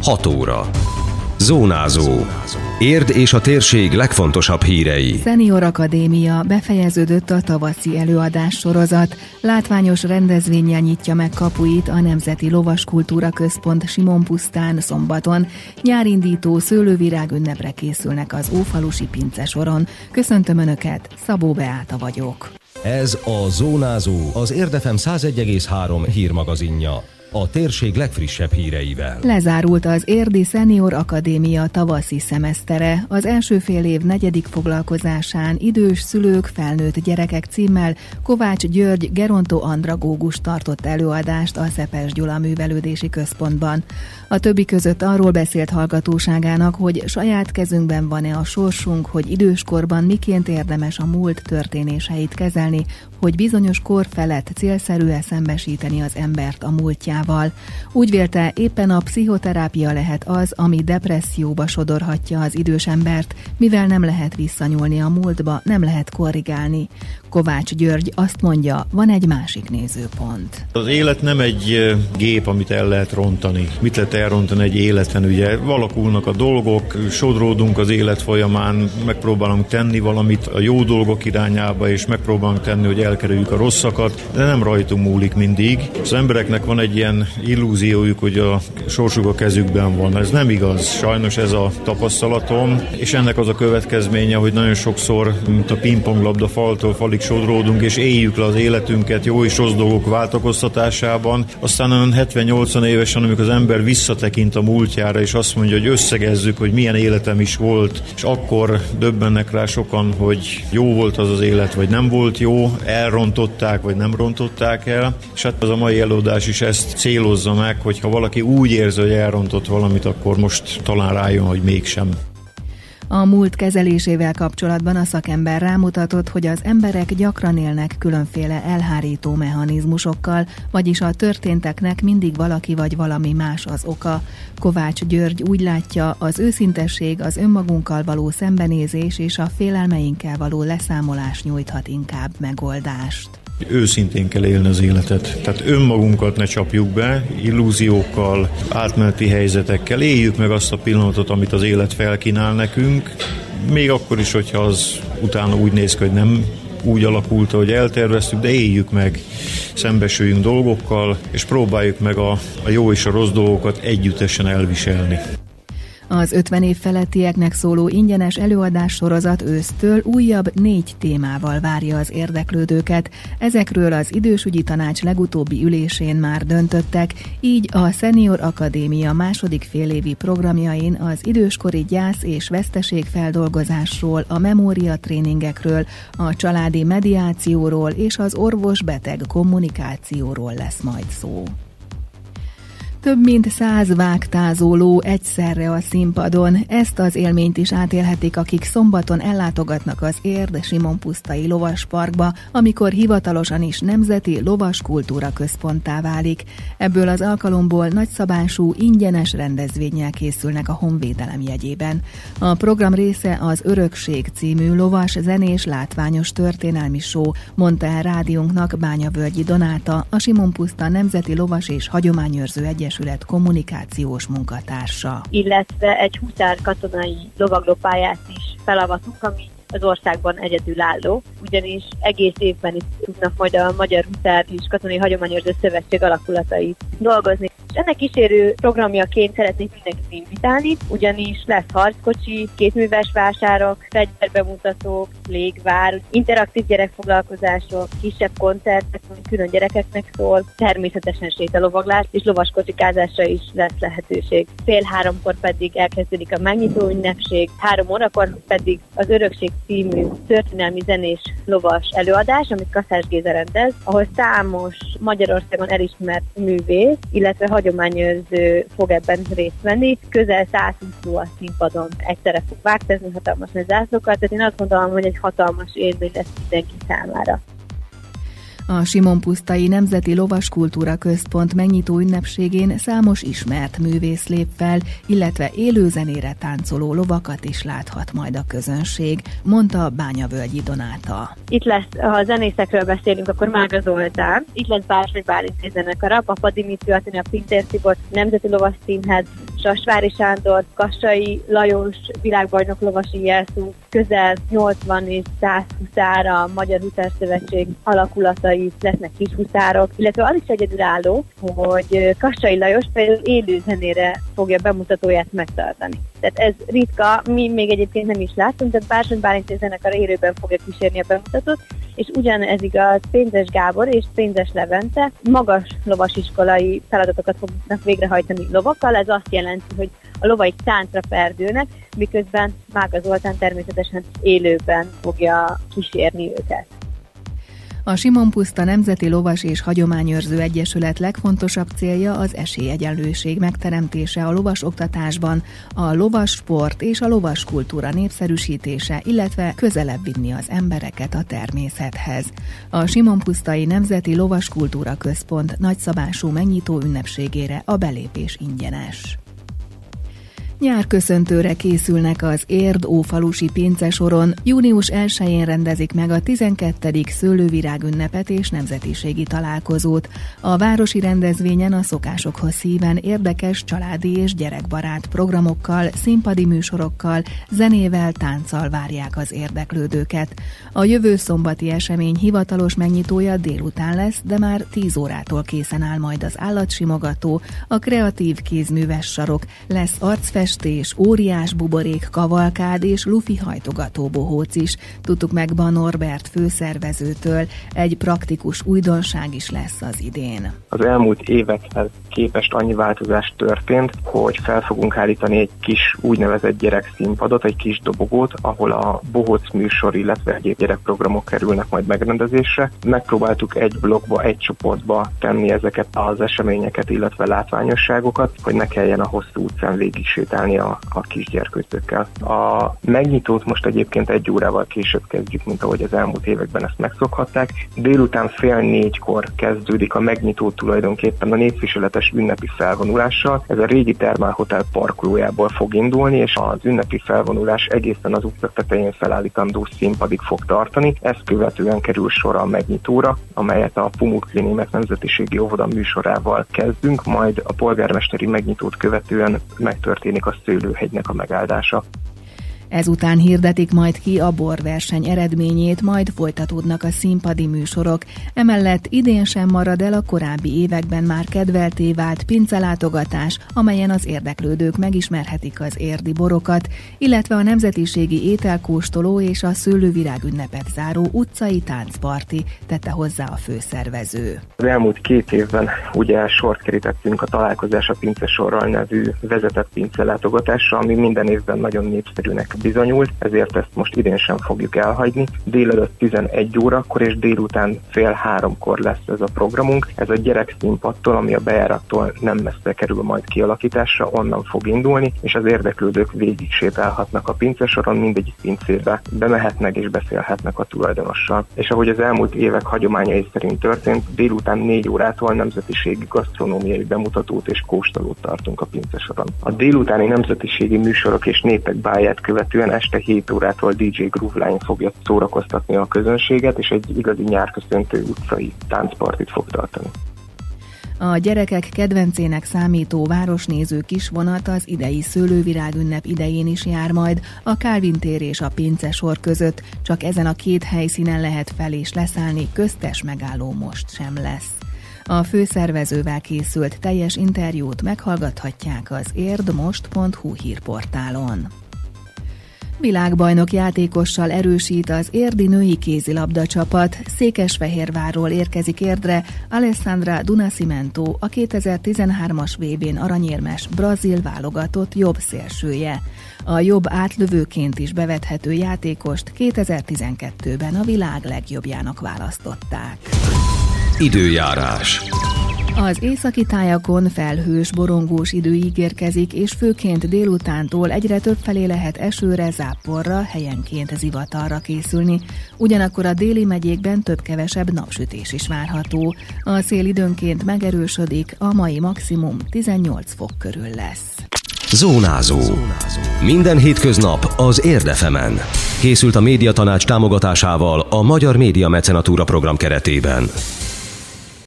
6 óra. Zónázó. Érd és a térség legfontosabb hírei. Senior Akadémia, befejeződött a tavaszi előadás sorozat. Látványos rendezvénnyel nyitja meg kapuit a Nemzeti Lovaskultúra Központ Simonpusztán szombaton. Nyárindító szőlővirág ünnepre készülnek az Ófalusi Pincesoron. Köszöntöm Önöket, Szabó Beáta vagyok. Ez a Zónázó, az Érd FM 101,3 hírmagazinja. A térség legfrissebb híreivel. Lezárult az Érdi Senior Akadémia tavaszi szemesztere. Az első fél év 4. foglalkozásán idős szülők, felnőtt gyerekek címmel Kovács György gerontó andragógus tartott előadást a Szepes Gyula Művelődési Központban. A többi között arról beszélt hallgatóságának, hogy saját kezünkben van-e a sorsunk, hogy időskorban miként érdemes a múlt történéseit kezelni, hogy bizonyos kor felett célszerű-e szembesíteni az embert a múltjával. Úgy vélte, éppen a pszichoterápia lehet az, ami depresszióba sodorhatja az idős embert, mivel nem lehet visszanyúlni a múltba, nem lehet korrigálni. Kovács György azt mondja, van egy másik nézőpont. Az élet nem egy gép, amit el lehet rontani. Mit lehet elrontani egy életen? Ugye alakulnak a dolgok, sodródunk az élet folyamán, megpróbálunk tenni valamit a jó dolgok irányába, és megpróbálunk tenni, hogy elkerüljük a rosszakat, de nem rajtunk múlik mindig. Az embereknek van egy ilyen illúziójuk, hogy a sorsuk a kezükben van. Ez nem igaz. Sajnos ez a tapasztalatom, és ennek az a következménye, hogy nagyon sokszor, mint a pingponglabda faltól falig sodródunk, és éljük le az életünket jó és rossz dolgok váltakoztatásában. Aztán olyan 70-80 évesen, amikor az ember visszatekint a múltjára, és azt mondja, hogy összegezzük, hogy milyen életem is volt, és akkor döbbennek rá sokan, hogy jó volt az az élet, vagy nem volt jó, elrontották, vagy nem rontották el. És hát az a mai előadás is ezt célozza meg, hogy ha valaki úgy érzi, hogy elrontott valamit, akkor most talán rájön, hogy mégsem. A múlt kezelésével kapcsolatban a szakember rámutatott, hogy az emberek gyakran élnek különféle elhárító mechanizmusokkal, vagyis a történteknek mindig valaki vagy valami más az oka. Kovács György úgy látja, az őszintesség, az önmagunkkal való szembenézés és a félelmeinkkel való leszámolás nyújthat inkább megoldást. Őszintén kell élni az életet. Tehát önmagunkat ne csapjuk be, illúziókkal, átmeneti helyzetekkel. Éljük meg azt a pillanatot, amit az élet felkínál nekünk. Még akkor is, hogyha az utána úgy néz ki, hogy nem úgy alakult, hogy elterveztük, de éljük meg, szembesüljünk dolgokkal, és próbáljuk meg a jó és a rossz dolgokat együttesen elviselni. Az 50 év felettieknek szóló ingyenes előadás sorozat ősztől újabb 4 témával várja az érdeklődőket. Ezekről az idősügyi tanács legutóbbi ülésén már döntöttek, így a Senior Akadémia második félévi programjain az időskori gyász és veszteségfeldolgozásról, a memóriatréningekről, a családi mediációról és az orvos-beteg kommunikációról lesz majd szó. Több mint 100 vágtázó ló egyszerre a színpadon. Ezt az élményt is átélhetik, akik szombaton ellátogatnak az Érd Simonpusztai Lovasparkba, amikor hivatalosan is Nemzeti Lovaskultúra Központtá válik. Ebből az alkalomból nagyszabású, ingyenes rendezvénnyel készülnek a honvédelem jegyében. A program része az Örökség című lovas, zenés, látványos történelmi show, mondta el rádiónknak Bányavölgyi Donáta, a Simonpuszta Nemzeti Lovas és Hagyományőrző Egyesület kommunikációs munkatársa. Illetve egy huszár katonai lovaglópályát is felavatunk, ami az országban egyedülálló, ugyanis egész évben itt tudnak majd a Magyar Huszár és Katonai Hagyományőrző Szövetség alakulatai dolgozni. És ennek kísérő programjaként szeretnék mindenkit invitálni, ugyanis lesz harckocsi, kézműves vásárok, fegyverbemutatók, légvár, interaktív gyerekfoglalkozások, kisebb koncertek, ami külön gyerekeknek szól, természetesen sétalovaglás és lovaskocsikázásra is lesz lehetőség. 2:30 pedig elkezdődik a megnyitó ünnepség, 3 órakor pedig az Örökség című történelmi zenés lovas előadás, amit Kaszás Géza rendez, ahol számos Magyarországon elismert művész, illetve hagyományőrző fog ebben részt venni. Közel 120 ló a színpadon egyszerre fog vágtázni hatalmas nagy zászlókat, tehát én azt gondolom, hogy egy hatalmas élmény lesz mindenki számára. A Simonpusztai Nemzeti Lovaskultúra Központ megnyitó ünnepségén számos ismert művész lép fel, illetve élőzenére táncoló lovakat is láthat majd a közönség, mondta Bányavölgyi Donáta. Itt lesz, ha zenészekről beszélünk, akkor Mága Zoltán, itt lesz Bársony Bálint zenekara, Papa Dimitri Attila, Pintér Tibor, Nemzeti Lovas Színház, Sasvári Sándor, Kassai Lajos világbajnok lovasi jelszó, közel 80 és 100 huszár, a Magyar Huszárszövetség alakulatai, lesznek kis huszárok, illetve az is egyedülálló, hogy Kassai Lajos például élő zenére fogja bemutatóját megtartani. Tehát ez ritka, mi még egyébként nem is láttunk, tehát Bársony Bálint zenekar élőben fogja kísérni a bemutatót, és ugyanez igaz Pénzes Gábor és Pénzes Levente magas lovasiskolai feladatokat fognak végrehajtani lovakkal. Ez azt jelenti, hogy a lovaik táncra perdülnek, miközben Mága Zoltán természetesen élőben fogja kísérni őket. A Simon-puszta Nemzeti Lovas és Hagyományőrző Egyesület legfontosabb célja az esélyegyenlőség megteremtése a lovasoktatásban, a lovassport és a lovaskultúra népszerűsítése, illetve közelebb vinni az embereket a természethez. A Simon-pusztai Nemzeti Lovaskultúra Központ nagyszabású megnyitó ünnepségére a belépés ingyenes. Nyárköszöntőre készülnek az Érd-Ófalusi Pincesoron. Június 1-én rendezik meg a 12. szőlővirágünnepet és nemzetiségi találkozót. A városi rendezvényen a szokásokhoz híven érdekes családi és gyerekbarát programokkal, színpadi műsorokkal, zenével, tánccal várják az érdeklődőket. A jövő szombati esemény hivatalos megnyitója délután lesz, de már 10 órától készen áll majd az állatsimogató, a kreatív kézműves sarok, lesz arcfestés, óriás buborék kavalkád és lufi hajtogató bohóc is. Tudtuk meg Ban Norbert főszervezőtől, egy praktikus újdonság is lesz az idén. Az elmúlt évekhez képest annyi változás történt, hogy fel fogunk állítani egy kis úgynevezett gyerekszínpadot, egy kis dobogót, ahol a bohóc műsor, illetve egyéb gyerekprogramok kerülnek majd megrendezésre. Megpróbáltuk egy blokkba, egy csoportba tenni ezeket az eseményeket, illetve látványosságokat, hogy ne kelljen a hosszú utcán végig sétálni a kisgyerkőcökkel. A megnyitót most egyébként 1 órával később kezdjük, mint ahogy az elmúlt években ezt megszokhatták. Délután 3:30-kor kezdődik a megnyitó tulajdonképpen a népviseletes ünnepi felvonulással. Ez a régi Thermal Hotel parkolójából fog indulni, és az ünnepi felvonulás egészen az utca tetején felállítandó színpadig fog tartani. Ezt követően kerül sor a megnyitóra, amelyet a Pumuckli Német Nemzetiségi Óvoda műsorával kezdünk, majd a polgármesteri megnyitót követően megtörténik a Szőlőhegynek a megáldása. Ezután hirdetik majd ki a borverseny eredményét, majd folytatódnak a színpadi műsorok. Emellett idén sem marad el a korábbi években már kedvelté vált pincelátogatás, amelyen az érdeklődők megismerhetik az érdi borokat, illetve a nemzetiségi ételkóstoló és a szőlővirágünnepet záró utcai táncparti, tette hozzá a főszervező. Az elmúlt 2 évben ugye sort kerítettünk a Találkozás a Pincesorral nevű vezetett pincelátogatásra, ami minden évben nagyon népszerűnek bizonyult, ezért ezt most idén sem fogjuk elhagyni. Délelőtt 11 órakor és délután 2:30-kor lesz ez a programunk. Ez a gyerekszínpadtól, ami a bejárattól nem messze kerül majd kialakításra, onnan fog indulni, és az érdeklődők végig sétálhatnak a pincesoron, mindegyik pincébe bemehetnek és beszélhetnek a tulajdonossal. És ahogy az elmúlt évek hagyományai szerint történt, délután 4 órától nemzetiségi gasztronómiai bemutatót és kóstolót tartunk a pincesoron. A délutáni nemzetiségi műsorok és népek báját követően este 7 órától DJ Grooveline fogja szórakoztatni a közönséget, és egy igazi nyárköszöntő utcai táncpartit fog tartani. A gyerekek kedvencének számító városnéző kisvonat az idei szőlővirágünnep idején is jár majd a Kálvin tér és a Pincesor között, csak ezen a 2 helyszínen lehet fel és leszállni, köztes megálló most sem lesz. A főszervezővel készült teljes interjút meghallgathatják az érdmost.hu hírportálon. Világbajnok játékossal erősít az érdi női kézilabda csapat. Székesfehérvárról érkezik Érdre Alessandra Dunacimento, a 2013-as VB-n aranyérmes brazil válogatott jobb szélsője. A jobb átlövőként is bevethető játékost 2012-ben a világ legjobbjának választották. Időjárás. Az északi tájakon felhős, borongós idő ígérkezik, és főként délutántól egyre többfelé lehet esőre, záporra, helyenként zivatarra készülni. Ugyanakkor a déli megyékben több-kevesebb napsütés is várható. A szél időnként megerősödik, a mai maximum 18 fok körül lesz. Zónázó. Minden hétköznap az Érd FM-en. Készült a Médiatanács támogatásával a Magyar Média Mecenatúra program keretében.